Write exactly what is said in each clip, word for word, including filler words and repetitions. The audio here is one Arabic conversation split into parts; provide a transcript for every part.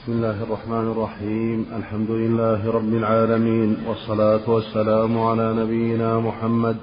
بسم الله الرحمن الرحيم. الحمد لله رب العالمين، والصلاة والسلام على نبينا محمد.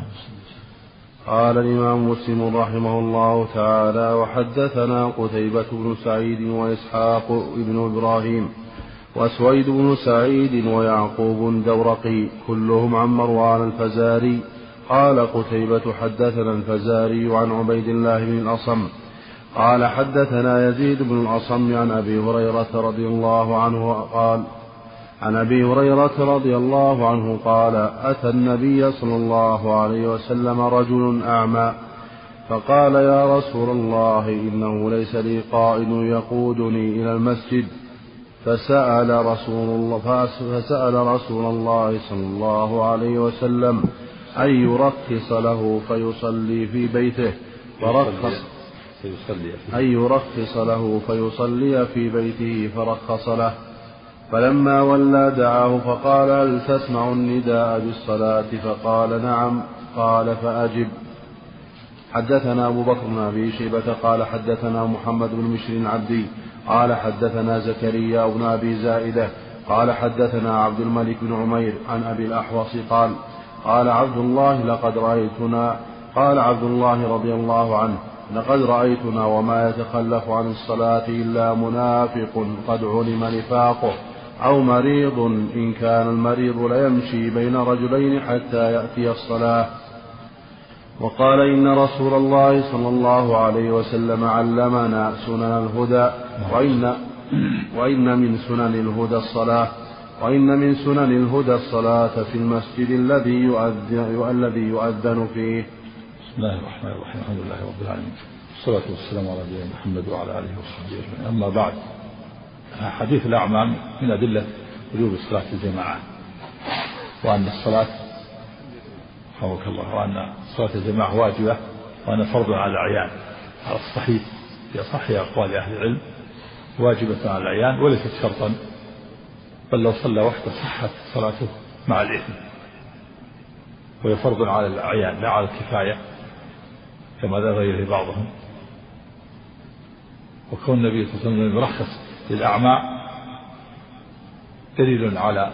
قال الإمام مسلم رحمه الله تعالى: وحدثنا قتيبة بن سعيد وإسحاق بن إبراهيم وسويد بن سعيد ويعقوب الدورقي كلهم عن مروان الفزاري. قال قتيبة: حدثنا الفزاري عن عبيد الله بن الأصم قال حدثنا يزيد بن الأصم عن أبي هريرة رضي الله عنه قال عن أبي هريرة رضي الله عنه قال: أتى النبي صلى الله عليه وسلم رجل أعمى فقال: يا رسول الله، إنه ليس لي قائد يقودني إلى المسجد. فسأل رسول الله, فسأل رسول الله صلى الله عليه وسلم أن يرخص له فيصلي في بيته، فرخص أن يرخص له فيصلي في بيته فرخص له. فلما ولى دعاه فقال: هل تسمع النداء بالصلاة؟ فقال: نعم. قال: فأجب. حدثنا أبو بكر بن أبي شيبة قال حدثنا محمد بن بشر العبدي قال حدثنا زكريا بن أبي زائدة قال حدثنا عبد الملك بن عمير عن أبي الأحوص قال: قال عبد الله: لقد رأيتنا قال عبد الله رضي الله عنه: لقد رأيتنا وما يتخلف عن الصلاة إلا منافق قد علم نفاقه، أو مريض إن كان المريض ليمشي بين رجلين حتى يأتي الصلاة. وقال: إن رسول الله صلى الله عليه وسلم علمنا سنن الهدى، وإن, وإن من سنن الهدى الصلاة وإن من سنن الهدى الصلاة في المسجد الذي يؤذن, الذي يؤذن فيه. بسم الله الرحمن الرحيم. الحمد لله رب العالمين، والصلاة والسلام على نبينا محمد وعلى آله وصحبه أجمعين. أما بعد، حديث الأعمى من أدلة وجوب صلاة الجماعة، وأن الصلاة رحمك الله وأن صلاة الجماعة واجبة، وأن فرض على الأعيان على الصحيح في أصح أقوال أهل العلم، واجبة على الأعيان وليست شرطا، بل لو صلى وحده صحت صلاته مع الإثم، وهي فرض على الأعيان لا على الكفاية كما ذا غيره بعضهم. وكون النبي صلى الله عليه وسلم يرخص للأعمى دليل على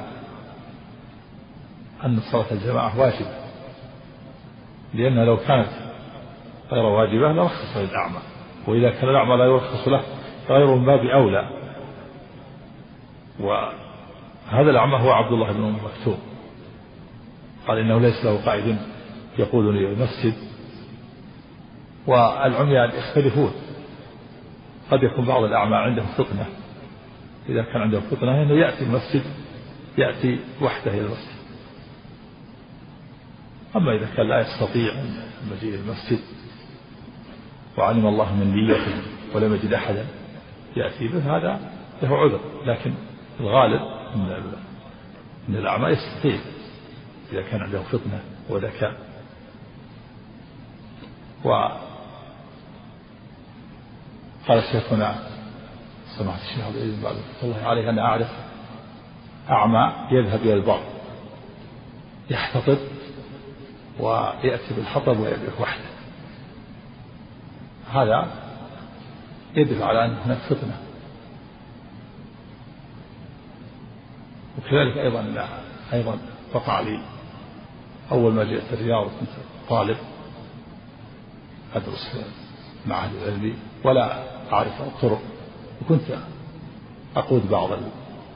أن صلاة الجماعة واجبة، لأنها لو كانت غير واجبة لرخص للأعمى، وإذا كان الأعمى لا يرخص له غير من باب أولى. وهذا الأعمى هو عبد الله بن أم مكتوم، قال: إنه ليس له قائد يقودني إلى المسجد. والعميان يختلفون، قد يكون بعض الأعمى عنده فطنة، إذا كان عنده فطنة أنه يأتي المسجد يأتي وحده إلى المسجد. أما إذا كان لا يستطيع المجيء إلى المسجد وعلم الله من نيته ولم يجد أحدا يأتي به، هذا له عذر. لكن الغالب أن الأعمى يستطيع إذا كان عنده فطنة وذكاء. وقال شيخنا سمعت الشيخ عبد العزيز بعد الله عليه: أنا أعرف أعمى يذهب إلى البر يحتطب ويأتي بالحطب ويبيع وحده، هذا يدل على أن هناك فطنة. وكذلك أيضا أيضا وقع لي أول ما جئت الرياض كنت طالب أدرس في معهد العلمي ولا أعرف الطرق، وكنت أقود بعض ال...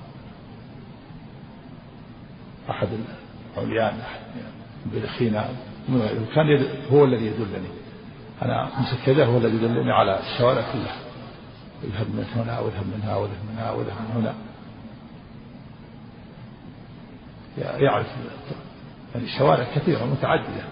أحد العليان بالخينا من غيره، كان يد... هو الذي يدلني، أنا أمسك كذا، هو الذي يدلني على الشوارع كلها، اذهب من هنا واذهب من هنا واذهب من هنا واذهب من هنا، يعرف يعني الشوارع كثيرة متعددة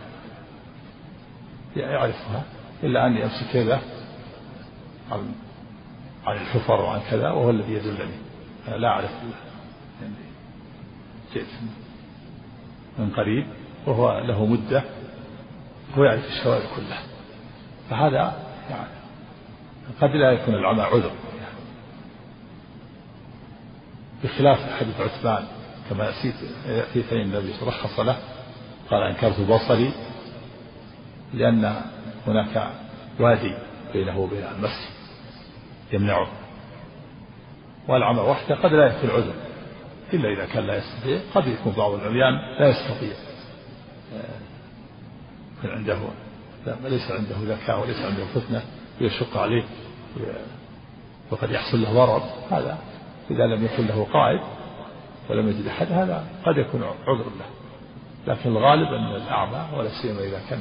يعرفها، إلا أني أمسك كذا عن عن الحفر وعن كذا، وهو الذي يدلني، أنا لا أعرف يعني جئت من قريب وهو له مدة، هو يعرف الشوارع كلها. فهذا يعني قد لا يكون العمى عذر يعني، بخلاف حديث عثمان كما يأتي فإن النبي رخص له، قال: أنكرت بصري لأن هناك وادي بينه وبين المسجد يمنعه، والعمى وحده قد لا يكفي العذر إلا إذا كان لا يستطيع. قد يكون بعض العميان لا يستطيع، عنده ليس عنده ذكاء وليس عنده فتنة يشق عليه وقد يحصل له ضرر، هذا إذا لم يكن له قائد ولم يجد أحد هذا قد يكون عذر له. لكن الغالب أن الأعمى ولا سيما إذا كان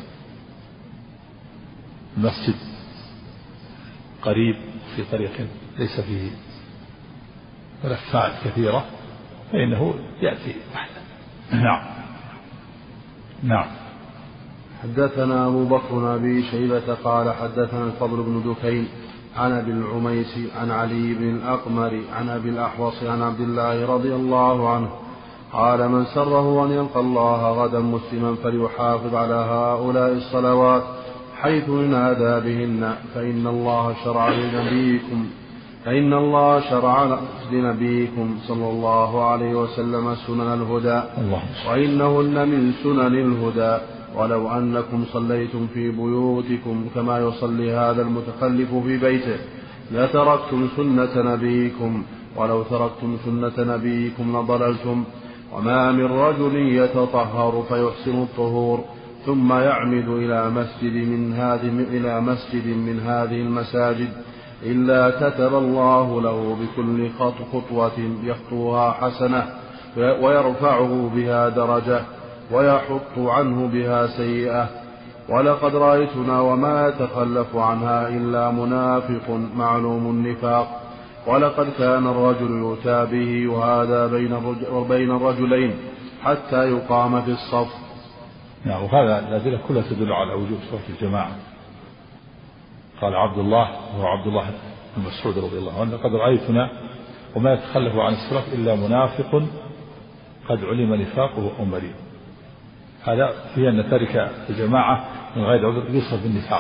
المسجد قريب في طريق ليس فيه ملفات كثيرة فإنه يأتي وحده. نعم. نعم. حدثنا أبو بكر بن أبي شيبة قال حدثنا الفضل بن دكين عن أبي العميس عن علي بن الأقمر عن أبي الأحوص عن عبد الله رضي الله عنه قال من سره أن يلقى الله غدا مسلما فليحافظ على هؤلاء الصلوات حيث ينادى بهن فإن الله شرع لنبيكم فإن الله شرع لنبيكم صلى الله عليه وسلم سنن الهدى وإنهن من سنن الهدى ولو أنكم صليتم في بيوتكم كما يصلي هذا المتخلف في بيته لتركتم سنة نبيكم ولو تركتم سنة نبيكم لضللتم. وما من رجل يتطهر فيحسن الطهور ثم يعمد إلى مسجد من هذه إلى مسجد من هذه المساجد إلا كتب الله له بكل خطوة يخطوها حسنة ويرفعه بها درجة ويحط عنه بها سيئة. ولقد رأيتنا وما يتخلف عنها إلا منافق معلوم النفاق. ولقد كان الرجل يؤتى به يهادى بين الرجلين حتى يقام في الصف. نعم. وهذا الأدلة كلها تدل على وجوب صلاة الجماعة. قال عبد الله وهو عبد الله بن مسعود رضي الله عنه لقد رأيتنا وما يتخلف عن الصلاة إلا منافق قد علم نفاقه أو مريض. هذا فيه أن ترك الجماعة من غير عذر يوصف بالنفاق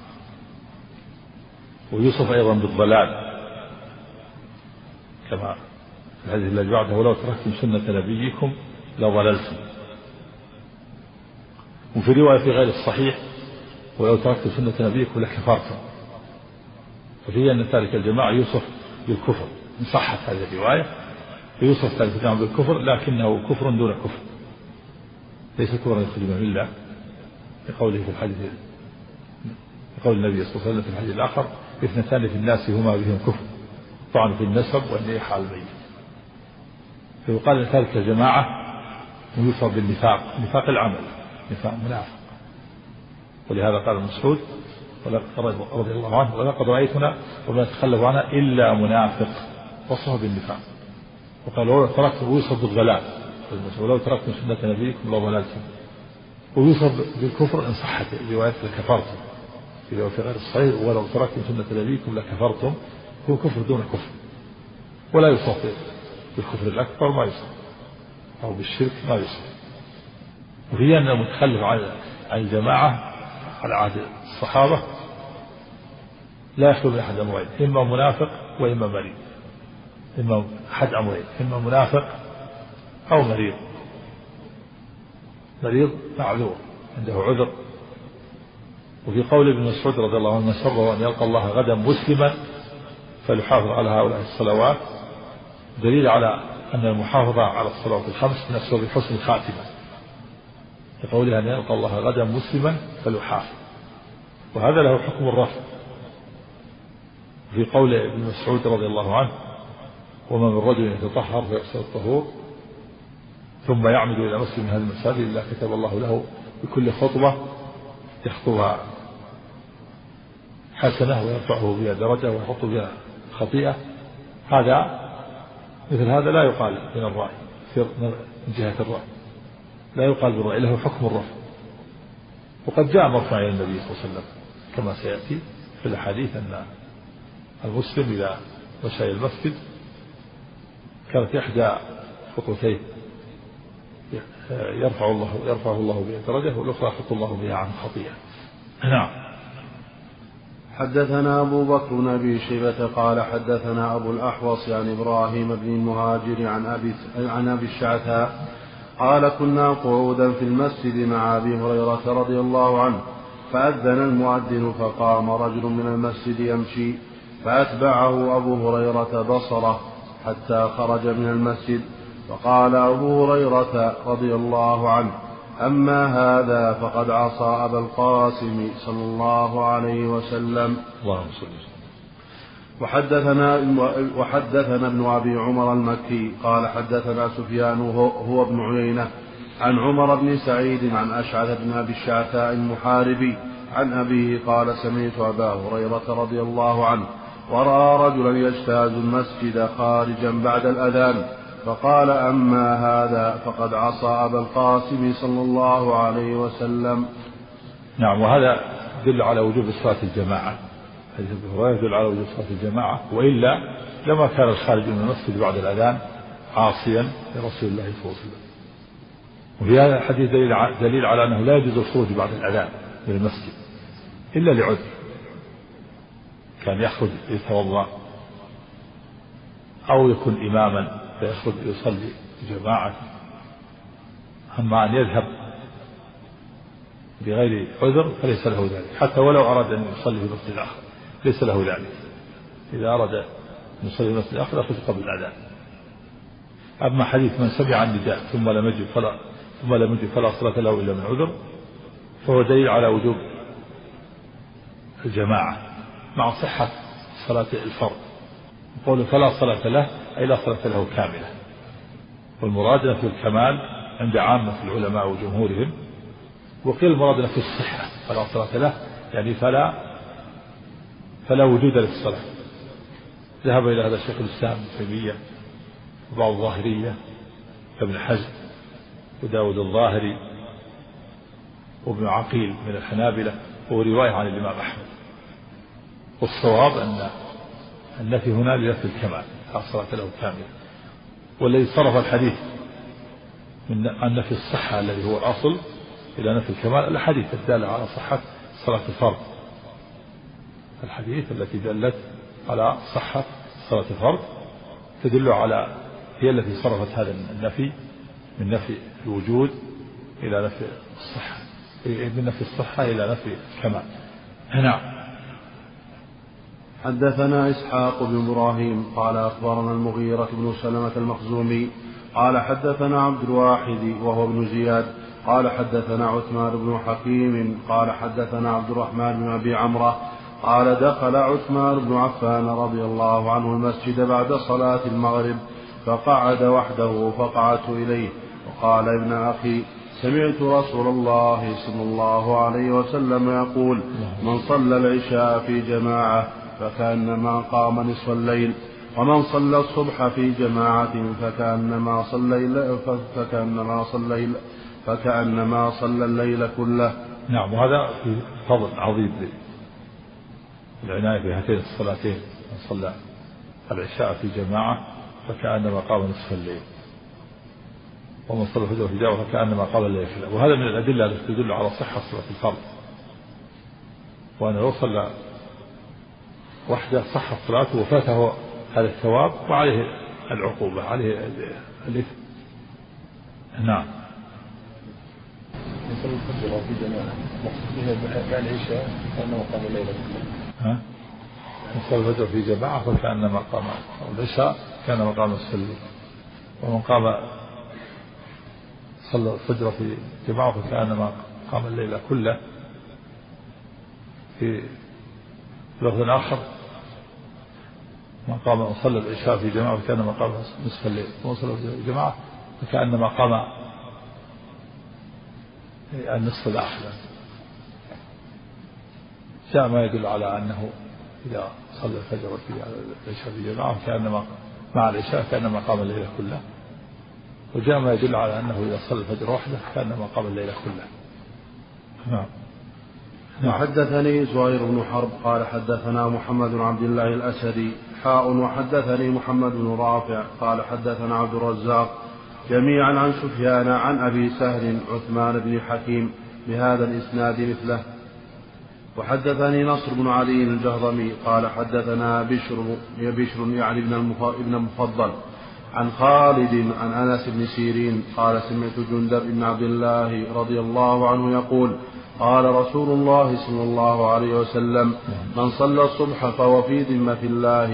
ويوصف أيضا بالضلال كما في الحديث الذي بعده ولو تركتم سنة نبيكم لضللتم. وفي رواية في غير الصحيح ولو تركتم سنة نبيكم لكفرتم. ففيه أن تارك الجماعة يوصف بالكفر إن صحت هذه الرواية فيوصف تارك الجماعة بالكفر لكنه كفر دون كفر ليس كفرا يخرج من الملة لقوله في الحديث لقول النبي صلى الله عليه وسلم في الحديث الآخر اثنتان في الناس هما بهم كفر طعن في النسب والنيح على الميت. فيقال أن تارك الجماعة يوصف بالنفاق نفاق العمل نفاق منافق. ولهذا قال مسعود رضي الله عنه ولقد رأيتنا وما يتخلف عنها إلا منافق وصفه بالنفاق. وقال ولو تركت ويوصف بالضلال ولو تركتم سنة نبيكم لضللتم. ويوصف بالكفر إن صحت رواية لكفرتم إذا في غير الصحيح ولو تركتم سنة نبيكم لكفرتم هو كفر دون كفر. ولا يوصف بالكفر الأكبر ما يوصف أو بالشرك ما يوصف. وهي أن المتخلف عن الجماعة على عهد الصحابة لا يخلو من أحد أمرين إما منافق وإما مريض. إما أحد أمرين إما منافق أو مريض. مريض معذور عنده عذر. وفي قول ابن مسعود رضي الله عنه من سره أن يلقى الله غدا مسلما فليحافظ على هؤلاء الصلوات دليل على أن المحافظة على الصلوات الخمس من أسباب حسن الخاتمة لقولها أن يلقى الله غدا مسلما فليحافظ. وهذا له حكم الرفع. في قول ابن مسعود رضي الله عنه وما من رجل يتطهر فيحسن الطهور ثم يعمد إلى مسجد من هذه المساجد إلا كتب الله له بكل خطوة يخطوها حسنة ويرفعه بها درجة ويحط بها خطيئة. هذا مثل هذا لا يقال من الرأي من جهة الرأي لا يقال بالرأي له حكم الرفع. وقد جاء مرفوعا إلى النبي صلى الله عليه وسلم كما سيأتي في الحديث أن المسلم إذا مشى إلى المسجد كانت إحدى خطوتين يرفع الله يرفعه الله بها درجة والأخرى يحط الله بها عن خطيئة. نعم. حدثنا أبو بكر بن أبي شيبة قال حدثنا أبو الأحوص عن إبراهيم بن المهاجر عن أبي عن أبي الشعثاء قال كنا قعودا في المسجد مع أبي هريرة رضي الله عنه فأذن المؤذن فقام رجل من المسجد يمشي فأتبعه أبو هريرة بصره حتى خرج من المسجد. فقال أبو هريرة رضي الله عنه: أما هذا فقد عصى أبا القاسم صلى الله عليه وسلم. وحدثنا, وحدثنا ابن أبي عمر المكي قال حدثنا سفيان هو ابن عيينة عن عمر بن سعيد عن أشعث بن أبي الشعثاء المحاربي عن أبيه قال: سمعت أبا هريرة رضي الله عنه ورأى رجلا يجتاز المسجد خارجا بعد الأذان فقال: أما هذا فقد عصى أبا القاسم صلى الله عليه وسلم. نعم. وهذا يدل على وجوب صلاة الجماعة، حديث أبي هريرة يدل على وجوب صلاة الجماعة، وإلا لما كان الخارج من المسجد بعد الأذان عاصيا لرسول الله صلى الله عليه وسلم. وفي هذا الحديث دليل على أنه لا يجوز الخروج بعد الأذان من المسجد إلا لعذر، كان يخرج يتوضأ أو يكون إماما فيخرج يصلي جماعة. أما أن يذهب بغير عذر فليس له ذلك، حتى ولو أراد أن يصلي في مسجد آخر ليس له ذلك. إذا أراد أن يصلي في مسجد آخر يخرج قبل الأذان. أما حديث من سمع النداء ثم لم يجد فلا ثم لم يجد فلا صلاة له إلا من عذر فهو دليل على وجوب الجماعة مع صحة صلاة الفرض. قوله فلا صلاة له أي لا صلاة له كاملة، والمراد في الكمال عند عامة العلماء وجمهورهم، وقيل المراد في الصحة فلا صلاة له يعني فلا فلا وجود للصلاة. ذهب إلى هذا الشيخ الإسلام ابن تيمية وبعض الظاهرية كابن حزم وداود الظاهري وابن عقيل من الحنابلة، ورواية عن الإمام أحمد. والصواب أن النفي هنا لنفي الكمال لا صلاة له كاملة، والذي صرف الحديث من عن نفي الصحة الذي هو الأصل إلى نفي الكمال الحديث الدالة على صحة صلاة الفرض، الحديث التي دلت على صحة صلاة الفرض تدل على هي التي صرفت هذا النفي من نفي الوجود إلى نفي الصحة، من نفي الصحة إلى نفي الكمال. نعم. حدثنا إسحاق بن إبراهيم قال أخبرنا المغيرة بن سلمة المخزومي قال حدثنا عبد الواحد وهو ابن زياد قال حدثنا عثمان بن حكيم قال حدثنا عبد الرحمن بن أبي عمرة قال دخل عثمان بن عفان رضي الله عنه المسجد بعد صلاة المغرب فقعد وحده فقعدت إليه وقال: ابن أخي، سمعت رسول الله صلى الله عليه وسلم يقول: من صلى العشاء في جماعة فكأنما قام نصف الليل، ومن صلى الصبح في جماعة فكأنما صلى فكأنما صلى فكأنما صلى الليل كله. نعم. وهذا في فضل عظيم العناية بهاتين الصلاتين، من صلى العشاء في جماعة فكأنما قام نصف الليل، ومن صلى الفجر في جماعة فكأنما قام الليل كله. وهذا من الأدلة التي تدل على صحة صلاة الفرض، وأن لو صلى وحده صحت صلاته وفاته هذا الثواب وعليه العقوبة، عليه الإثم. نعم. يصلي الفجر في جماعة مقصود بعد العشاء كأنما قام الليل كله. ها؟ يصلي الفجر في جماعة فكأنما قام العشاء كأنما قام الصلاة، ومن قام صلى الفجر في جماعة فكأنما قام الليل كله. في لفظ آخر: من قام وصلى العشاء في جماعة فكأنما قام نصف الليل، ومن صلى في جماعة فكأنما قام النصف الآخر. جاء ما يدل على أنه إذا صلى الفجر في العشاء في جماعة فكأنما مع العشاء كأنما قام الليل كله، وجاء ما يدل على أنه إذا صلى الفجر وحده كأنما قام الليل كله. نعم. وحدثني زهير بن حرب قال حدثنا محمد بن عبد الله الأسدي حاء وحدثني محمد بن رافع قال حدثنا عبد الرزاق جميعا عن سفيان عن أبي سهل عثمان بن حكيم بهذا الإسناد مثله. وحدثني نصر بن علي الجهضمي قال حدثنا بشر بشر يعني ابن المفضل عن خالد عن أنس بن سيرين قال سمعت جندب بن عبد الله رضي الله عنه يقول: قال رسول الله صلى الله عليه وسلم: من صلى الصبح فهو في ذمة الله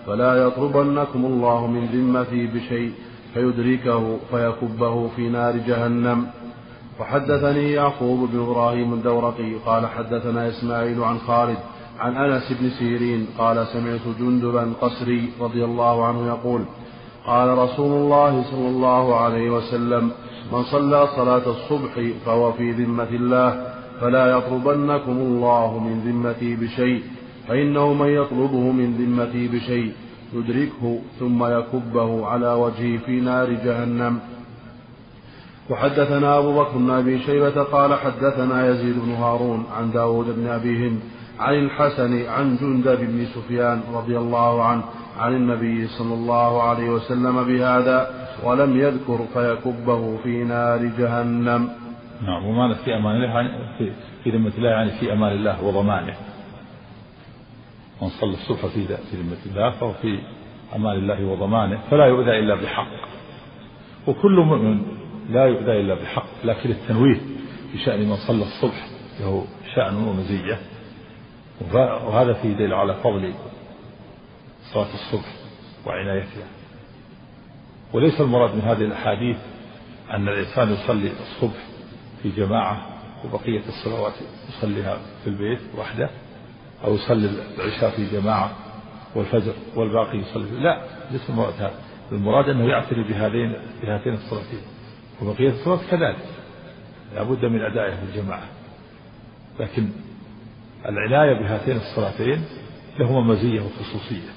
فلا يطلبنكم الله من ذمتي بشيء فيدركه فيكبه في نار جهنم. وحدثني يعقوب بن إبراهيم الدورقي قال حدثنا إسماعيل عن خالد عن أنس بن سيرين قال سمعت جندبا قسري رضي الله عنه يقول قال رسول الله صلى الله عليه وسلم من صلى صلاة الصبح فهو في ذمة الله فلا يطلبنكم الله من ذمتي بشيء فإنه من يطلبه من ذمتي بشيء يدركه ثم يكبه على وجهه في نار جهنم. وحدثنا أبو بكر بن أبي شيبة قال حدثنا يزيد بن هارون عن داود بن أبي هند عن الحسن عن جندب بن سفيان رضي الله عنه عن النبي صلى الله عليه وسلم بهذا ولم يذكر فيكبه في نار جهنم. نعم. ومعنى في أمان الله يعني في, في ذمة الله يعني في أمان الله وضمانه. من صلى الصبح في ذمة الله فهو في أمان الله وضمانه فلا يؤذى إلا بحق. وكل مؤمن لا يؤذى إلا بحق، لكن التنويه بشأن من صلى الصبح له شأن ومزية، وهذا فيه دليل على فضل صلاة الصبح وعنايتها. وليس المراد من هذه الأحاديث أن الإنسان يصلي الصبح في جماعة وبقية الصلوات يصليها في البيت وحده، أو يصلي العشاء في جماعة والفجر والباقي يصلي في... لا، ليس المراد هذا. المراد أنه يعتني بهذين بهاتين الصلاتين، وبقية الصلوات كذلك لابد من أدائها في الجماعة. لكن العناية بهاتين الصلاتين لهما مزية وخصوصية،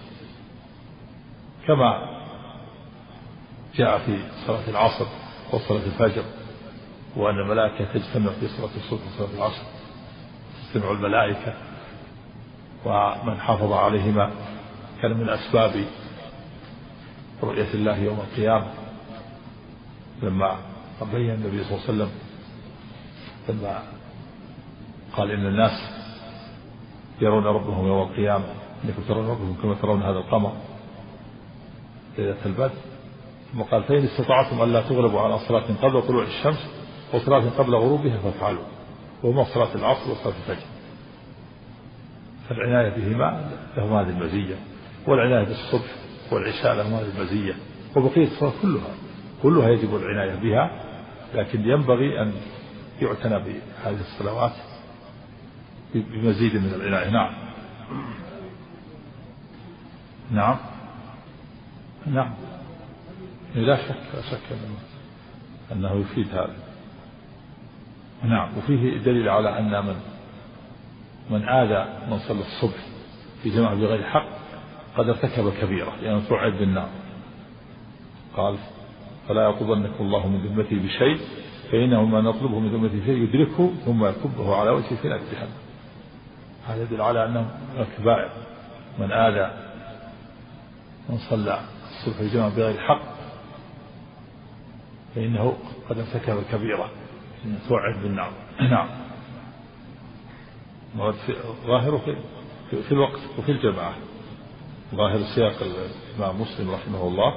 كما جاء في صلاة العصر وصلاة الفجر وأن الملائكة تجتمع في صلاة الصبح وصلاة العصر، تجتمع الملائكة، ومن حافظ عليهما كان من أسباب رؤية الله يوم القيامة. لما بين النبي صلى الله عليه وسلم لما قال إن الناس يرون ربهم يوم القيامة إنكم ترون ربهم كما ترون هذا القمر ليلة البدر، ثم قال فإن استطعتم أن لا تغلبوا على صلاة قبل طلوع الشمس وصلاة قبل غروبها فافعلوا، وهما صلاة العصر وصلاة الفجر. فالعناية بهما لهم هذه المزية، والعناية بالصبح والعشاء لهم هذه المزية، وبقية الصلاة كلها كلها يجب العناية بها، لكن ينبغي أن يعتنى بهذه الصلوات بمزيد من العناية. نعم نعم نعم لا شك لا شك أنه يفيد هذا. نعم. وفيه دليل على أن من من آذى من صلى الصبح في جماعة بغير حق قد ارتكب كبيرة، لأنه يعني توعد بالنار. قال فلا يطلبنكم الله من ذمته بشيء فإنه ما نطلبه من ذمته بشيء يدركه ثم يكبه على وجهه في نار جهنم. هذا يدل على أنه كبائر. من آذى من صلى الصبح في جماعة بغير حق فإنه قد ارتكب كبيرة توعد بالنار. نعم. ظاهره في, في, في الوقت وفي الجماعة. ظاهر سياق الإمام مسلم رحمه الله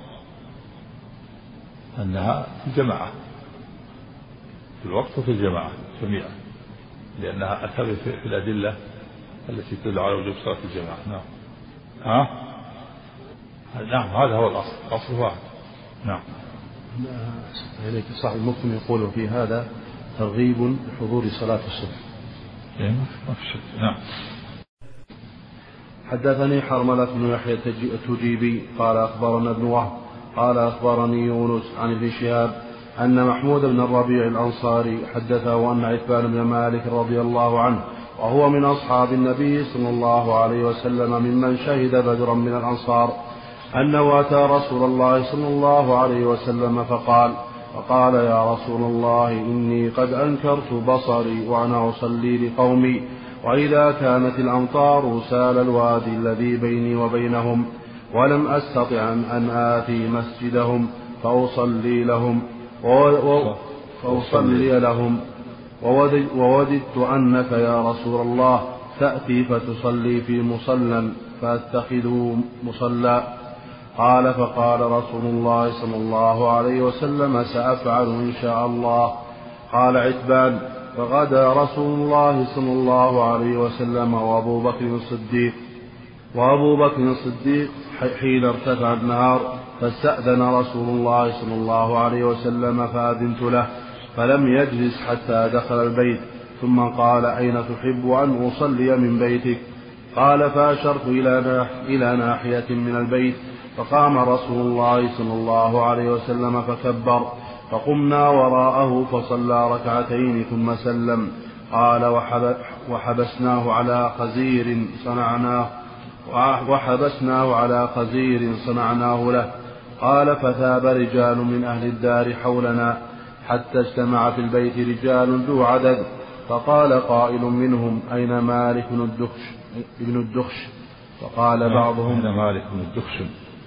أنها في الجماعة، في الوقت وفي الجماعة جميعا، لأنها أتى في الأدلة التي تدل على وجوب صلاة الجماعة. نعم. ها؟ نعم هذا هو الأصل، الأصل واحد. نعم. إليك صاحب المسلم يقول في هذا ترغيب بحضور صلاة الصبح. نعم. حدثني حرملة بن يحيى التجيبي قال أخبرنا ابن وهب قال أخبرني يونس عن ابن شهاب أن محمود بن الربيع الأنصاري حدثه أن عتبان بن مالك رضي الله عنه وهو من أصحاب النبي صلى الله عليه وسلم ممن شهد بدرا من الأنصار أنه أتى رسول الله صلى الله عليه وسلم فقال فقال يا رسول الله إني قد أنكرت بصري وأنا أصلي لقومي، وإذا كانت الأمطار سال الوادي الذي بيني وبينهم ولم أستطع أن آتي مسجدهم فأصلي لهم فأصلي لهم ووددت أنك يا رسول الله تأتي فتصلي في مصلى فأتخذه مصلى. قال فقال رسول الله صلى الله عليه وسلم سأفعل إن شاء الله. قال عتبان فغدا رسول الله صلى الله عليه وسلم وأبو بكر الصديق وأبو بكر الصديق حين ارتفع النهار فاستأذن رسول الله صلى الله عليه وسلم فأذنت له فلم يجلس حتى دخل البيت ثم قال أين تحب أن أصلي من بيتك؟ قال فأشرت إلى ناحية من البيت فقام رسول الله صلى الله عليه وسلم فكبر فقمنا وراءه فصلى ركعتين ثم سلم. قال وحبسناه على خزير صنعناه وحبسناه على خزير صنعناه له. قال فثاب رجال من أهل الدار حولنا حتى اجتمع في البيت رجال ذو عدد فقال قائل منهم أين مالك بن الدخش ابن الدخش؟ فقال بعضهم أين مالك بن الدخش؟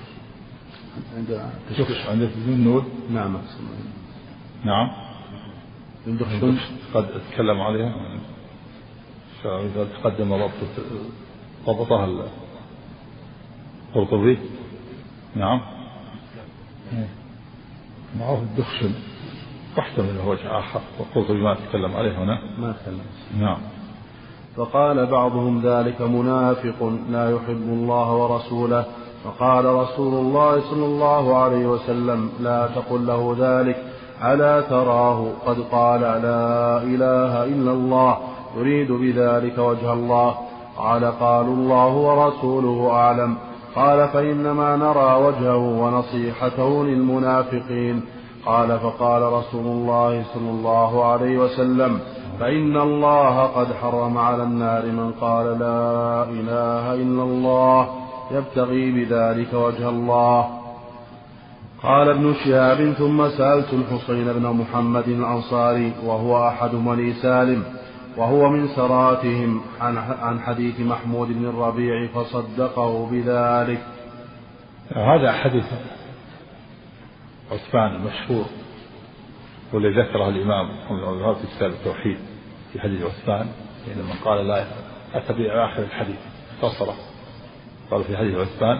الدخش عندك النور؟ نعم نعم الدخش قد اتكلم عليها فإذا تقدم ضبط ضبطها القرطبي. نعم معه الدخشن واحتمل وجه آخر والقرطبي ما تكلم عليه هنا ما تكلم. نعم. فقال بعضهم ذلك منافق لا يحب الله ورسوله. فقال رسول الله صلى الله عليه وسلم لا تقل له ذلك ألا تراه قد قال لا إله إلا الله يريد بذلك وجه الله؟ قال قالوا الله ورسوله أعلم. قال فإنما نرى وجهه ونصيحته للمنافقين. قال فقال رسول الله صلى الله عليه وسلم فإن الله قد حرم على النار من قال لا إله إلا الله يبتغي بذلك وجه الله. قال ابن شهاب ثم سألت الحسين بن محمد الأنصاري وهو أحد بني سالم وهو من سراتهم عن حديث محمود بن الربيع فصدقه بذلك. هذا حديث عثمان المشهور والذي ذكره الإمام في كتاب التوحيد في حديث عثمان لما قال لا أتى بآخر الحديث اختصره قال في حديث عثمان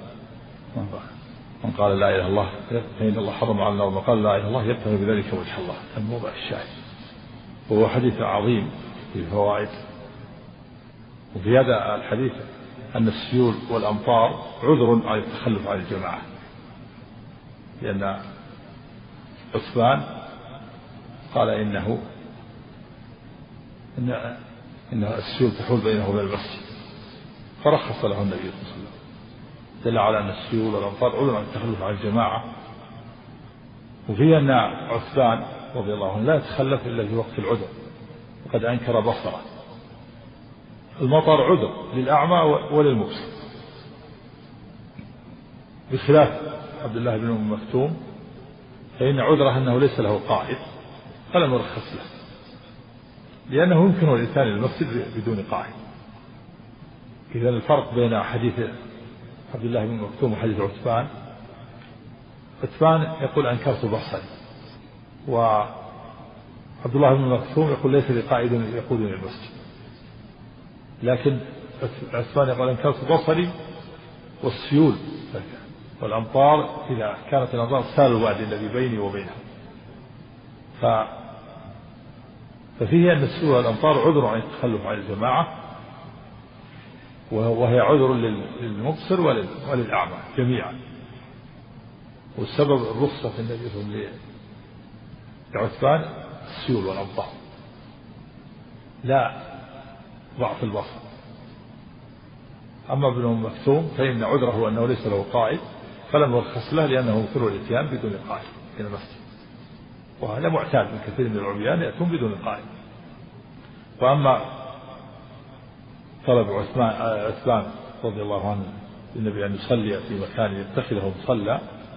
من قال لا إله إلا الله فإن الله حرم على النار ومن قال لا إله إلا الله يبتغي بذلك وجه الله. الموضع الشاهد وهو حديث عظيم في الفوائد. وفي هذا الحديث أن السيول والأمطار عذر على التخلف عن الجماعة لأن عثمان قال إنه إن إن السيول تحول بينه وبين المسجد فرخص له النبي صلى الله عليه وسلم دل على أن السيول والأمطار عذر عن التخلف عن الجماعة. وفي أن عثمان رضي الله عنه لا يتخلف إلا في وقت العذر وقد أنكر بصره. المطر عذر للأعمى وللمبصر بخلاف عبد الله بن أم مكتوم فإن عذره أنه ليس له قائد فلم يرخص له لأنه يمكن الإنسان المسجد بدون قائد. إذا الفرق بين حديث عبد الله بن مكتوم وحديث عثمان عثمان يقول أنكرت بصري وعبد الله بن مكتوم يقول ليس لقائد يقودني المسجد. لكن عثمان يقول أنكرت بصري والسيول والأمطار إذا كانت الأمطار سال الوعد الذي بيني وبينه ف... ففيه أن السيول والأمطار عذر عن التخلف عن الجماعة وهي عذر للمبصر وللأعمى جميعا. والسبب الرخصة النبي صلى الله عليه وسلم لعثمان السيول والأمطار لا ضعف البصر. أما ابن أم مكتوم فإن عذره أنه ليس له قائد فلم يرخص له لأنه يمكنه الإتيان بدون قائد إلى المسجد وهذا معتاد من كثير من العميان يأتون بدون قائد. وأما طلب عثمان عثمان رضي الله عنه النبي أن يصلي في مكان يتخذه مصلى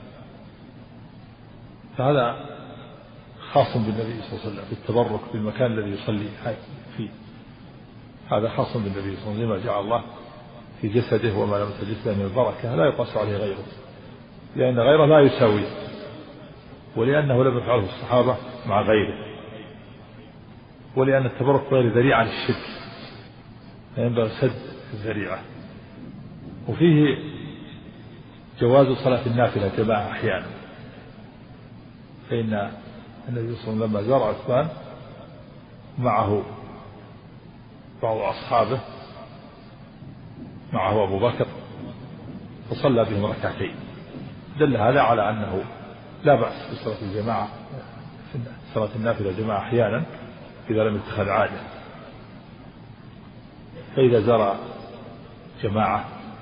فهذا خاص بالنبي صلى الله عليه وسلم بالتبرك بالمكان الذي يصلي فيه. هذا خاص بالنبي صلى الله عليه وسلم لما جعل الله في جسده وما لم تجسده من البركة لا يقاس عليه غيره لأن غيره لا يساوي ولأنه لم يفعله الصحابة مع غيره ولأن التبرك غير ذريعة للشرك فينبغي سد الذريعة. وفيه جواز صلاة النافلة جماعة أحيانا فإن النبي صلى الله عليه وسلم لما زار عثمان معه بعض أصحابه معه أبو بكر فصلى بهم ركعتين. دل هذا على أنه لا بأس بصلاة الجماعة، صلاة النافلة جماعة أحيانا إذا لم يتخذ عادة. فإذا زار جماعة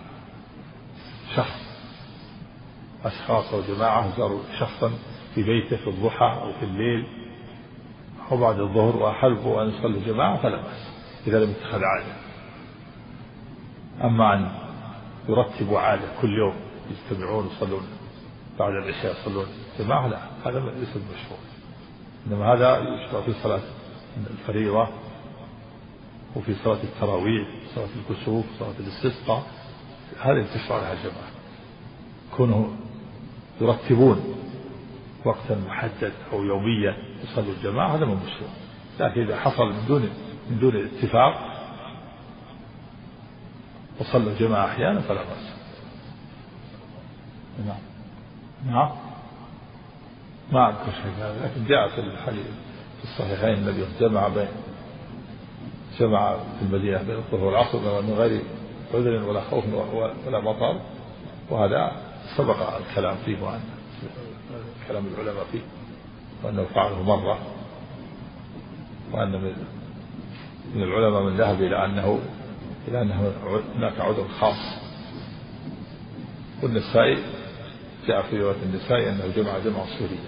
شخص أشخاص أو جماعة زاروا شخصا في بيته في الضحى أو في الليل أو بعد الظهر وأحبوا أن يصلوا جماعة فلا بأس إذا لم يتخذ عادة. أما أن يرتبوا عادة كل يوم يجتمعون يصلون بعد العشاء يصلون جماعة لا، هذا ليس بمشروع. إنما هذا يشرع في صلاة الفريضة وفي صلاة التراويح، صلاة الكسوف، صلاة الاستسقاء، هذه تشرع لها الجماعة. كونه يرتبون وقتا محدد أو يوميا يصلوا الجماعة هذا مو مشروع. لكن إذا حصل من دون من دون اتفاق وصلوا الجماعة أحيانا فلا بأس. نعم نعم ما أذكر شيء هذا، لكن جاء في الحديث في الصحيحين الذي جمع بين جمع في المدينة بين الظهر والعصر من غير عذر ولا خوف ولا مطر، وهذا سبق الكلام فيه وأن كلام العلماء فيه وأنه فعله مرة، وأن من العلماء من ذهب إلى أنه إلى أنه هناك عذر خاص. والنسائي جاء في رواية النسائي أنه جمع جمع سورية.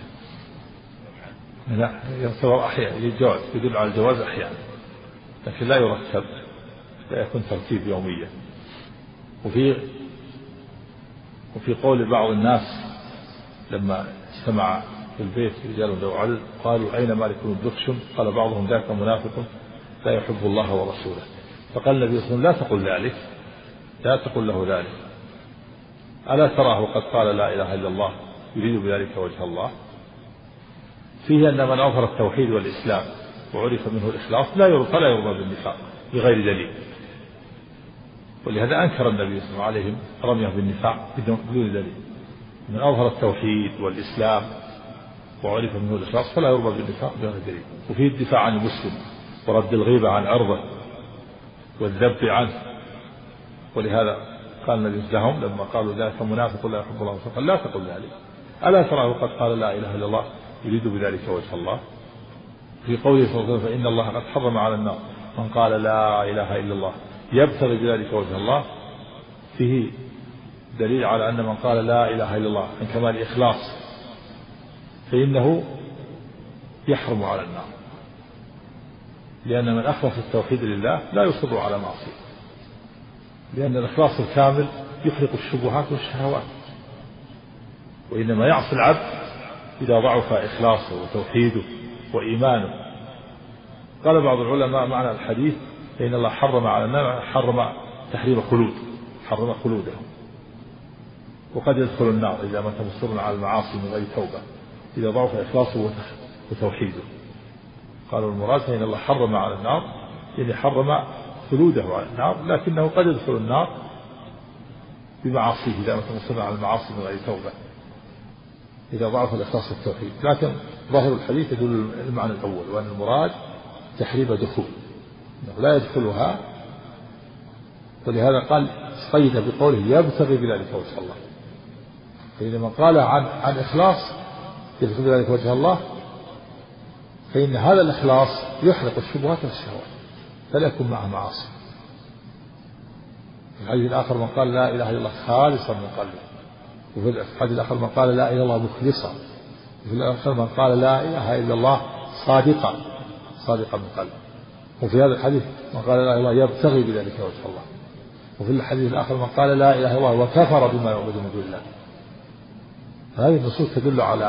لا يعتبر أحيانا الجواز يدل على الجواز أحيانا، لكن لا يرتب، لا يكون ترتيب يوميا. وفي وفي قول بعض الناس لما اجتمع في البيت رجال ذو عدد قالوا أين مالك بن دخشم؟ قال بعضهم ذاك منافق لا يحب الله ورسوله. فقال النبي صلى الله عليه وسلم لا تقل ذلك، لا تقل له ذلك، ألا تراه قد قال لا إله إلا الله يريد بذلك وجه الله؟ فيه أن من أظهر التوحيد والإسلام وعرف منه الإخلاص لا يرضى فلا يرضى بالنفاق بغير دليل. ولهذا أنكر النبي صلى الله عليه وسلم رميه بالنفاق بدون دليل. من أظهر التوحيد والإسلام وعرف منه الإخلاص فلا يرضى بالنفاق بغير دليل. وفيه الدفاع عن المسلم ورد الغيبة عن عرضه والذب عنه. ولهذا قال النبي لهم لما قالوا ذاك منافق لا يحب الله قال لا تقل ذلك، ألا تراه قد قال لا إله إلا الله يريد بذلك وجه الله؟ في قوله صلى الله عليه وسلم فإن الله قد حرم على النار من قال لا إله إلا الله يبتغي بذلك وجه الله، فيه دليل على أن من قال لا إله إلا الله من كمال الإخلاص فإنه يحرم على النار، لأن من أخلص التوحيد لله لا يصر على معصية، لأن الإخلاص الكامل يخلق الشبهات والشهوات. وإنما يعصي العبد إذا ضعف إخلاصه وتوحيده وإيمانه. قال بعض العلماء معنى الحديث فإن الله حرم على النار حرم تحريم خلود، حرم خلودهم. وقد يدخل النار إذا مات مصرا على المعاصي من غير توبة إذا ضعف إخلاصه وتوحيده. قالوا المراد فإن الله حرم على النار يعني حرم خلوده على النار، لكنه قد يدخل النار بمعاصيه إذا مات مصرا على المعاصي من غير توبة إذا ضعف الإخلاص والتوحيد. لكن ظاهر الحديث يدل المعنى الأول، وأن المراد تحريم دخول إنه لا يدخلها. ولهذا قال قيد بقوله يبتغي بذلك وجه الله. فإذا من قال عن عن إخلاص يبتغي بذلك وجه الله فإن هذا الإخلاص يحرق الشبهات والشهوات فلا يكون معه معاصي. في الحديث الآخر من قال لا إله إلا الله خالصا من قلبه، وفي الحديث الآخر من قال لا إله إلا الله مخلصا، وفي الآخر من قال لا إله إلا الله صادقا صادقا من قلبه، وفي هذا الحديث من قال لا إله إلا الله يبتغي بذلك وجه الله، وفي الحديث الآخر من قال لا إله إلا الله وكفر بما يعبد من دون الله. هذه النصوص تدل على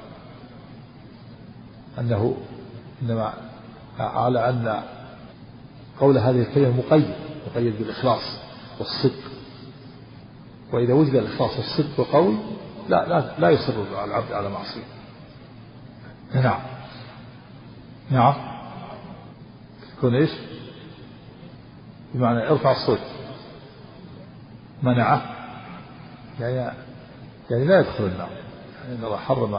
أنه إنما على أن قول هذه الكلمة مقيد مقيد بالإخلاص والصدق، وإذا وجد الإخلاص والصدق والقول لا لا لا يصر العبد على معصية. نعم نعم تكون إيش بمعنى ارفع الصوت منعه يعني يعني لا يدخل النار، يعني الله حرم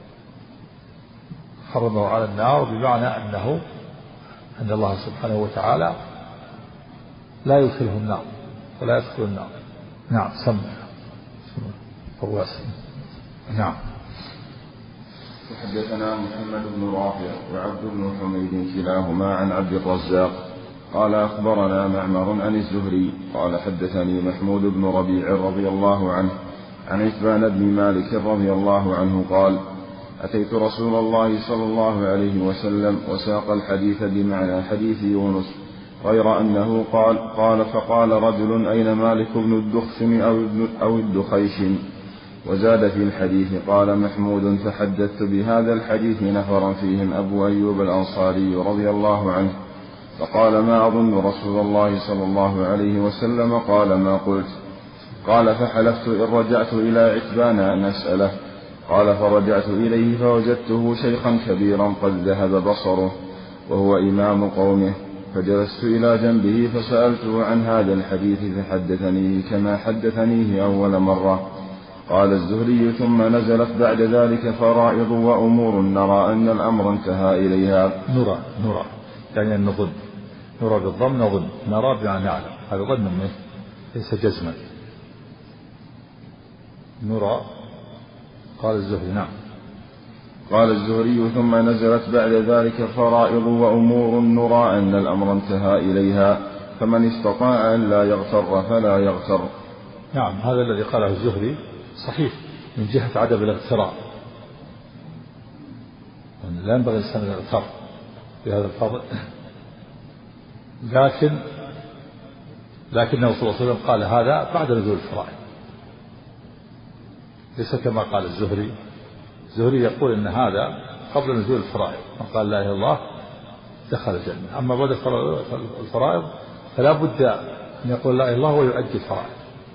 حرمه على النار بمعنى أنه أن الله سبحانه وتعالى لا يدخله النار ولا يدخل النار. نعم سمع فواس. نعم. حدثنا محمد بن رافع وعبد بن حميد كلاهما عن عبد الرزاق قال أخبرنا معمر عن الزهري قال حدثني محمود بن ربيع رضي الله عنه عن عتبان بن مالك رضي الله عنه قال أتيت رسول الله صلى الله عليه وسلم وساق الحديث بمعنى حديث يونس غير أنه قال قال فقال رجل أين مالك بن الدخشم أو الدخيشم وزاد في الحديث قال محمود فحدثت بهذا الحديث نفرا فيهم أبو أيوب الأنصاري رضي الله عنه فقال ما أظن رسول الله صلى الله عليه وسلم قال ما قلت قال فحلفت إن رجعت إلى عتبان أن أسأله قال فرجعت إليه فوجدته شيخا كبيرا قد ذهب بصره وهو إمام قومه فجلست إلى جنبه فسألته عن هذا الحديث فحدثنيه كما حدثنيه أول مرة. قال الزهري ثم نزلت بعد ذلك فرائض وأمور نرى أن الأمر انتهى إليها. نرى نرى يعني النظن نرى بالضم نظن نرى بمعنى نعلم هذا ظن منه ليس جزما. نرى قال الزهري. نعم. قال الزهري ثم نزلت بعد ذلك فرائض وأمور نرى أن الأمر انتهى إليها فمن استطاع أن لا يغتر فلا يغتر. نعم هذا الذي قاله الزهري صحيح من جهة عدم الاغترار لا ينبغي الإنسان أن يغتر بهذا الفضل لكن لكنه صلى الله عليه وسلم قال هذا بعد نزول الفرائض ليس كما قال الزهري. الزهري يقول إن هذا قبل نزول الفرائض من قال لا إله إلا الله دخل الجنة. أما بعد الفرائض فلا بد أن يقول لا إله إلا الله ويؤدي الفرائض.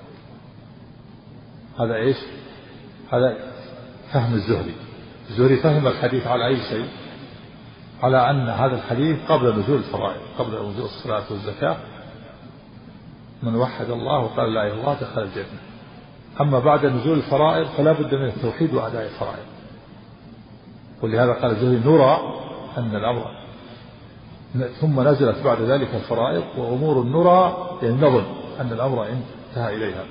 هذا إيش؟ هذا فهم الزهري. الزهري فهم الحديث على أي شيء؟ على أن هذا الحديث قبل نزول الفرائض قبل نزول الصلاة والزكاة من وحد الله وقال لا إله إلا الله دخل الجنة. أما بعد نزول الفرائض فلا بد من التوحيد وأداء الفرائض. ولهذا قال الزهري نرى أن الأمر ثم نزلت بعد ذلك الفرائض وأمور نرى يعني نظن أن الأمر انتهى إليها.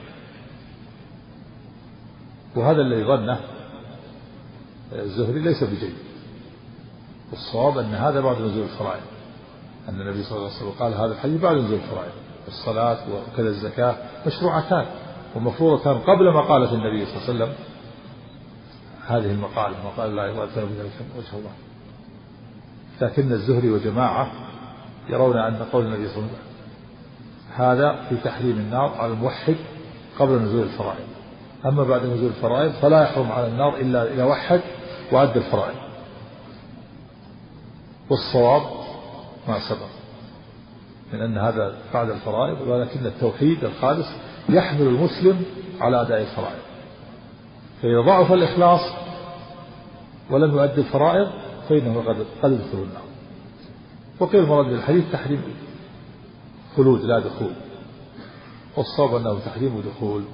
وهذا الذي ظنه الزهري ليس بجيد. الصواب أن هذا بعد نزول الفرائض أن النبي صلى الله عليه وسلم قال هذا الحديث بعد نزول الفرائض. الصلاة وكذا الزكاة مشروعتان ومفروضتان قبل مقالة النبي صلى الله عليه وسلم هذه المقالة مقال لا يضاء بذلك وجه الله. لكن الزهري وجماعة يرون أن قول النبي صلى الله عليه وسلم هذا في تحريم النار على الموحد قبل نزول الفرائض. أما بعد نزول الفرائض فلا يحرم على النار إلا إذا وحد وعد الفرائض. والصواب ما سبق من أن هذا بعد الفرائض ولكن التوحيد الخالص يحمل المسلم على أداء الفرائض. فإذا ضعف الإخلاص ولم يؤدي الفرائض فإنه قد يدخل النار. وقيل المراد بالحديث تحريم خلود لا دخول والصواب أنه تحريم دخول.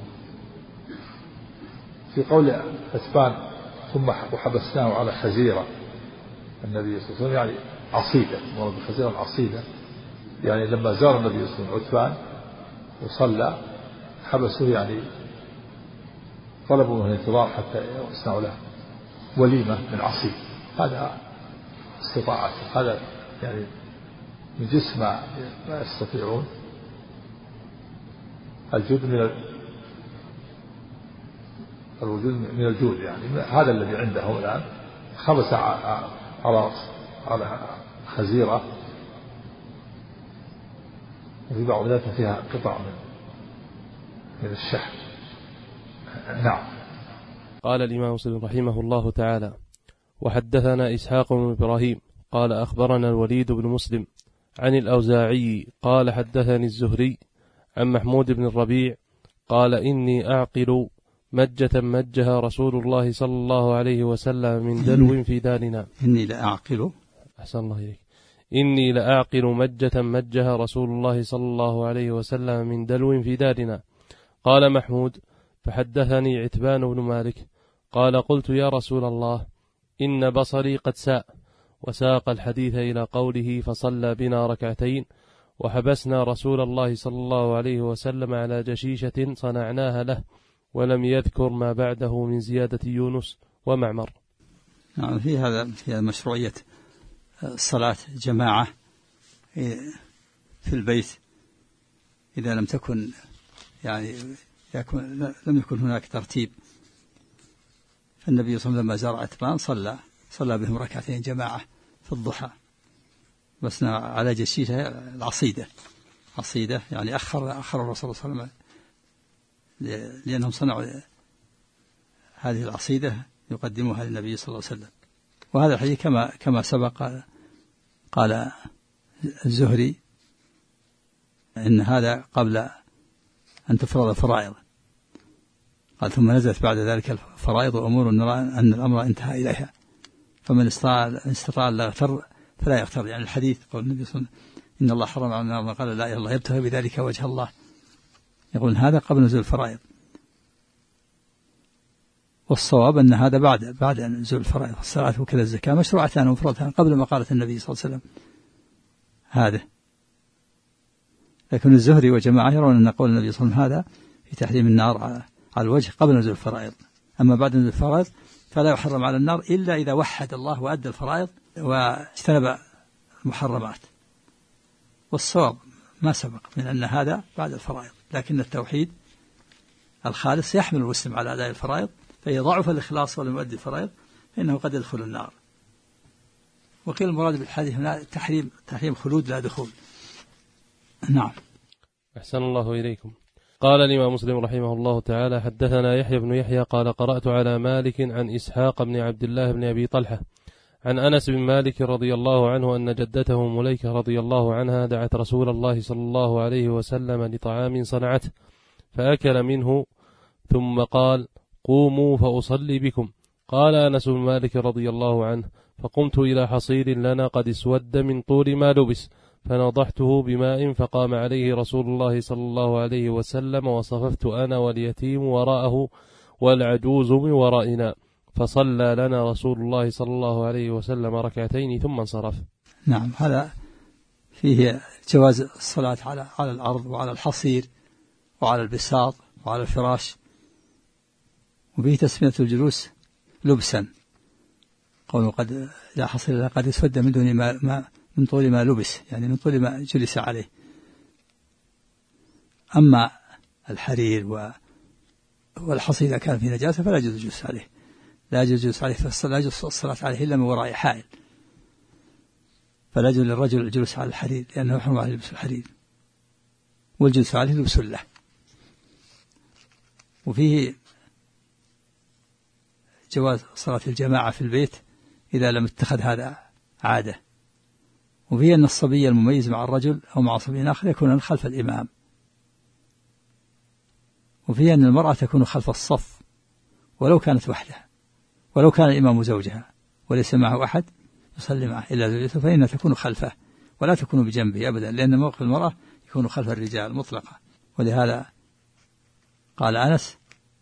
في قول أسبان ثم وحبسناه على خزيرة النبي صلى الله عليه وسلم يعني عصيدة مراد بالخزيرة العصيدة يعني لما زار النبي صلى الله عليه وسلم عتبان وصلى حبسوه يعني طلبوا منه الانتظار حتى يصنعوا له وليمة من عصير. هذا استطاعة هذا يعني من جسم ما يستطيعون الجود من الوجود من الجود يعني هذا الذي عنده الآن خبس على على خزيرة وفي بعض ذلك فيها قطع من من الشحم. نعم. قال الإمام مسلم رحمه الله تعالى وحدثنا إسحاق بن إبراهيم قال أخبرنا الوليد بن مسلم عن الأوزاعي قال حدثني الزهري عن محمود بن الربيع قال إني أعقل مجة مجها رسول الله صلى الله عليه وسلم من دلو في دارنا. إني لأعقل أحسن الله إليك. إني لأعقل مجة مجها رسول الله صلى الله عليه وسلم من دلو في دارنا. قال محمود فحدثني عتبان بن مالك قال قلت يا رسول الله إن بصري قد ساء وساق الحديث إلى قوله فصلى بنا ركعتين وحبسنا رسول الله صلى الله عليه وسلم على جشيشة صنعناها له، ولم يذكر ما بعده من زيادة يونس ومعمر. نعم، في هذا في مشروعية الصلاة جماعة في البيت إذا لم تكن يعني يكون لم يكن هناك ترتيب. فالنبي صلى الله عليه وسلم لما زار عتبان صلى صلى بهم ركعتين جماعة في الضحى، بس على جشيشة العصيدة عصيدة يعني أخر أخر الرسول صلى الله عليه وسلم لأنهم صنعوا هذه العصيدة يقدمها للنبي صلى الله عليه وسلم. وهذا الحديث كما كما سبق قال الزهري إن هذا قبل أن تفرض الفرائض، قال ثم نزلت بعد ذلك الفرائض وأمور نرى أن الأمر انتهى إليها، فمن استطاع لا يغتر فلا يغتر. يعني الحديث قول النبي صلى الله عليه وسلم إن الله حرم على النار قال لا إله إلا الله يبتغي بذلك وجه الله، يقول هذا قبل نزول الفرائض، والصواب أن هذا بعد بعد نزول الفرائض. الصلاة وكذا الزكاة مشروعتان ومفروضتان قبل ما قالت النبي صلى الله عليه وسلم هذا. لكن الزهري وجماعة يرون أن قول النبي صلى الله عليه وسلم هذا في تحريم النار على على الوجه قبل نزول الفرائض، أما بعد نزول الفرائض فلا يحرم على النار إلا إذا وحد الله وأدى الفرائض واجتنب المحرمات. والصواب ما سبق من أن هذا بعد الفرائض، لكن التوحيد الخالص يحمل المسلم على أداء الفرائض، فإذا ضعف الإخلاص ولم يؤدي الفرائض فإنه قد يدخل النار. وقيل المراد بالحديث هنا تحريم تحريم خلود لا دخول. نعم. أحسن الله إليكم. قال الإمام مسلم رحمه الله تعالى حدثنا يحيى بن يحيى قال قرأت على مالك عن إسحاق بن عبد الله بن أبي طلحة عن أنس بن مالك رضي الله عنه أن جدته مليكة رضي الله عنها دعت رسول الله صلى الله عليه وسلم لطعام صنعته فأكل منه ثم قال قوموا فأصلي بكم. قال أنس بن مالك رضي الله عنه فقمت إلى حصير لنا قد اسود من طول ما لبس فنضحته بماء فقام عليه رسول الله صلى الله عليه وسلم وصففت أنا واليتيم وراءه والعجوز من ورائنا فصلى لنا رسول الله صلى الله عليه وسلم ركعتين ثم انصرف. نعم، هذا فيه جواز الصلاة على على الأرض وعلى الحصير وعلى البساط وعلى الفراش، وفيه تسمية الجلوس لبسا، قولوا قد لا حصير قد اسود من دون ما, ما من طول ما لبس، يعني من طول ما جلس عليه. أما الحرير والحصير إذا كان في نجاسة فلا يجوز الجلوس عليه، لا يجوز الجلوس عليه، فلا يجوز الصلاة عليه إلا من وراء حائل، فلا يجوز للرجل الجلوس على الحرير لأنه يحرم عليه لبس الحرير، والجلوس عليه لبس له. وفيه جواز صلاة الجماعة في البيت إذا لم اتخذ هذا عادة. وفيه أن الصبي المميز مع الرجل أو مع صبي آخر يكون خلف الإمام. وفيه أن المرأة تكون خلف الصف ولو كانت وحدها، ولو كان الإمام زوجها وليس معه أحد يصلي معه إلا زوجته فإنها تكون خلفه ولا تكون بجنبه أبدا، لأن موقف المرأة يكون خلف الرجال مطلقا. ولهذا قال أنس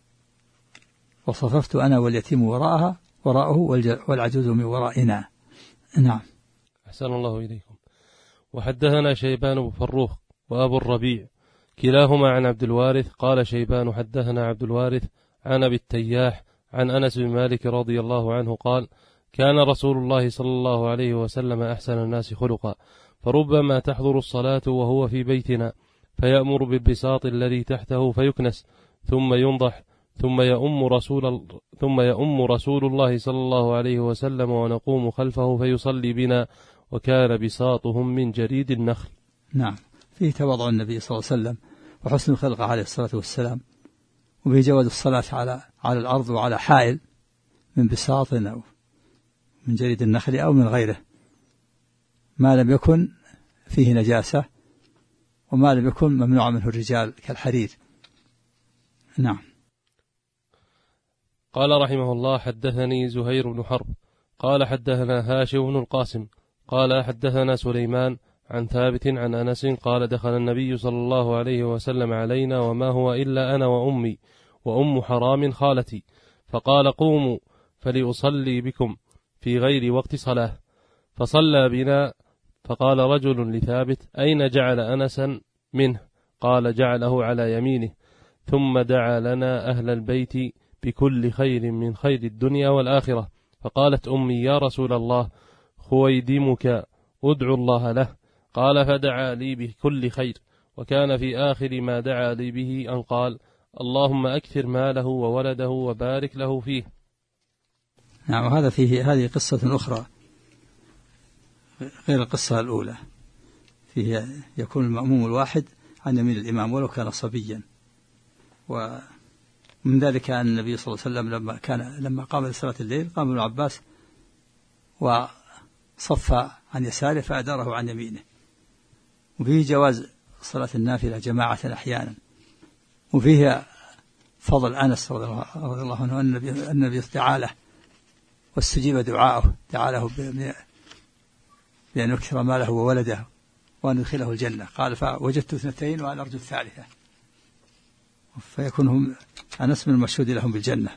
وصففت أنا واليتيم وراءها وراءه والعجوز من ورائنا. نعم. أحسن الله إليكم. وحدثنا شيبان بن فروخ وأبو الربيع كلاهما عن عبد الوارث قال شيبان حدثنا عبد الوارث عن أبي التياح عن أنس بن مالك رضي الله عنه قال كان رسول الله صلى الله عليه وسلم أحسن الناس خلقا، فربما تحضر الصلاة وهو في بيتنا فيأمر بالبساط الذي تحته فيكنس ثم ينضح ثم يؤم رسول ثم يؤم رسول الله صلى الله عليه وسلم ونقوم خلفه فيصلي بنا، وكان بساطهم من جريد النخل. نعم، فيه تواضع النبي صلى الله عليه وسلم وحسن الخلق عليه الصلاة والسلام، وفيه جواز الصلاة على على الأرض وعلى حائل من بساط أو من جريد النخل أو من غيره، ما لم يكن فيه نجاسة وما لم يكن ممنوع منه الرجال كالحرير. نعم. قال رحمه الله حدثني زهير بن حرب قال حدثنا هاشم بن القاسم قال حدثنا سليمان عن ثابت عن أنس قال دخل النبي صلى الله عليه وسلم علينا وما هو إلا أنا وأمي وأم حرام خالتي، فقال قوموا فلأصلي بكم في غير وقت صلاة، فصلى بنا فقال رجل لثابت: أين جعل أنسا منه؟ قال: جعله على يمينه. ثم دعا لنا أهل البيت بكل خير من خير الدنيا والآخرة. فقالت أمي: يا رسول الله، خويدمك أدعو الله له. قال: فدعا لي بكل خير. وكان في آخر ما دعا لي به أن قال: اللهم أكثر ماله وولده وبارك له فيه. نعم. وهذا فيه هذه قصة أخرى غير القصة الأولى، فيه يكون المأموم الواحد عن يمين الإمام ولو كان صبيا. ومن ذلك أن النبي صلى الله عليه وسلم لما كان لما قام لصلاة الليل قام ابن عباس وصف عن يساره فأداره عن يمينه. وفيه جواز صلاة النافلة جماعة أحيانا. وفيه فضل أنس رضي الله عنه أن النبي دعا له واستجيب دعاءه، دعا له بأن يكثر ماله وولده وأن يدخله الجنة. قال: فوجدت اثنتين وأنا أرجو الثالثة. فيكون هم أنس من المشهود لهم بالجنة.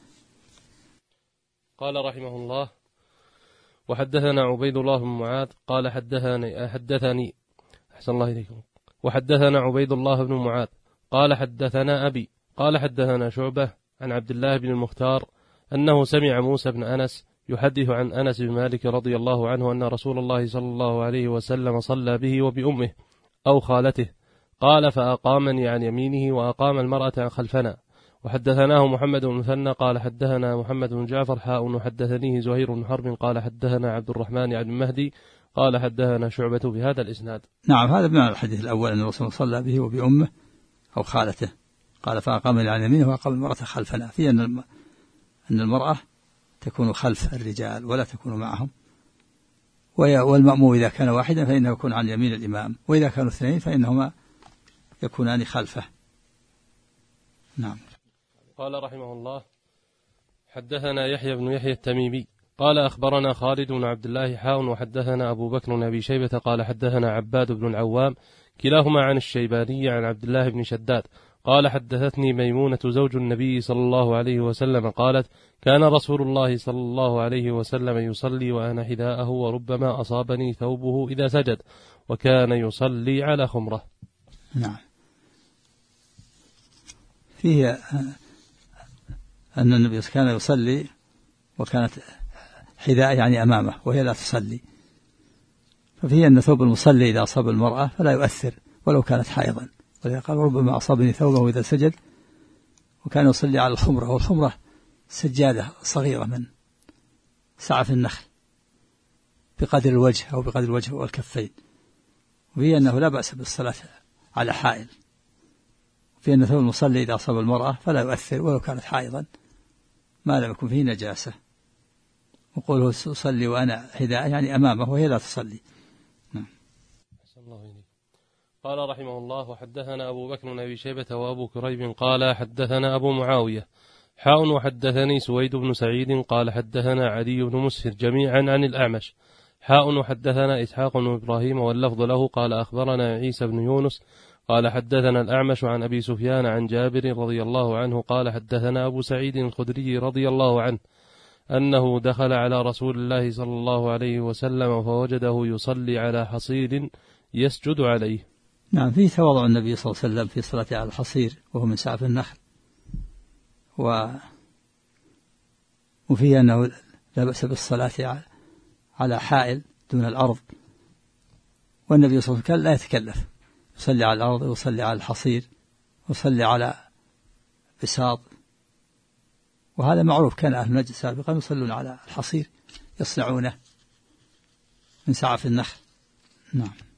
قال رحمه الله: وحدثنا عبيد الله بن معاذ قال حدثني حدثني أحسن الله إليكم وحدثنا عبيد الله بن معاذ قال حدثنا أبي قال حدثنا شعبة عن عبد الله بن المختار أنه سمع موسى بن أنس يحدث عن أنس بن مالك رضي الله عنه أن رسول الله صلى الله عليه وسلم صلى به وبأمه أو خالته. قال: فأقامني عن يمينه وأقام المرأة عن خلفنا. وحدثناه محمد بن مثنى قال حدثنا محمد بن جعفر حاء وحدثنيه زهير بن حرب قال حدثنا عبد الرحمن بن مهدي قال حدثنا شعبة بهذا الإسناد. نعم. هذا بمعنى الحديث الأول أن الرسول صلى به وبأمه أو خالته. قال: فأقامني عن يمينه وأقام المرأة خلفنا، في أن أن المرأة تكون خلف الرجال ولا تكون معهم. والمأموم إذا كان واحدا فإنه يكون عن يمين الإمام، وإذا كانوا اثنين فإنهما يكونان خلفه. نعم. قال رحمه الله: حدثنا يحيى بن يحيى التميمي قال أخبرنا خالد بن عبد الله حاء وحدثنا أبو بكر بن أبي شيبة قال حدثنا عباد بن العوام كلاهما عن الشيباني عن عبد الله بن شداد قال حدثتني ميمونة زوج النبي صلى الله عليه وسلم قالت: كان رسول الله صلى الله عليه وسلم يصلي وأنا حذاءه وربما أصابني ثوبه إذا سجد، وكان يصلي على خمرة. نعم. فيه أن النبي كان يصلي وكانت حذاء يعني أمامه وهي لا تصلي، ففيه أن ثوب المصلي إذا أصاب المرأة فلا يؤثر ولو كانت حائضا، ولذا قال: ربما أصابني ثوبه إذا سجد. وكان يصلي على الخمرة، والخمرة سجادة صغيرة من سعف النخل بقدر الوجه أو بقدر الوجه والكفين. وفيه أنه لا بأس بالصلاة على حائل. في أن ثوب المصلي إذا أصاب المرأة فلا يؤثر ولو كانت حائضا ما لم يكن فيه نجاسة. وقوله صلي وأنا حذاء يعني أمامه وهي لا تصلي. نعم. قال رحمه الله: وحدثنا أبو بكر بن أبي شيبة وأبو كريب قال حدثنا أبو معاوية حاء وحدثني سويد بن سعيد قال حدثنا علي بن مسهر جميعا عن الأعمش حاء وحدثنا إسحاق بن إبراهيم واللفظ له قال أخبرنا عيسى بن يونس قال حدثنا الأعمش عن أبي سفيان عن جابر رضي الله عنه قال حدثنا أبو سعيد الخدري رضي الله عنه أنه دخل على رسول الله صلى الله عليه وسلم فوجده يصلي على حصير يسجد عليه. نعم. فيه تواضع النبي صلى الله عليه وسلم في صلاته على الحصير وهو من سعف النخل، و وفيه أنه لا بأس بالصلاة على حائل دون الأرض. والنبي صلى الله عليه وسلم لا يتكلف، يصلي على الأرض ويصلي على الحصير ويصلي على بساط، وهذا معروف. كان أهل نجد سابقا يصلون على الحصير يصنعونه من سعف النخل. نعم.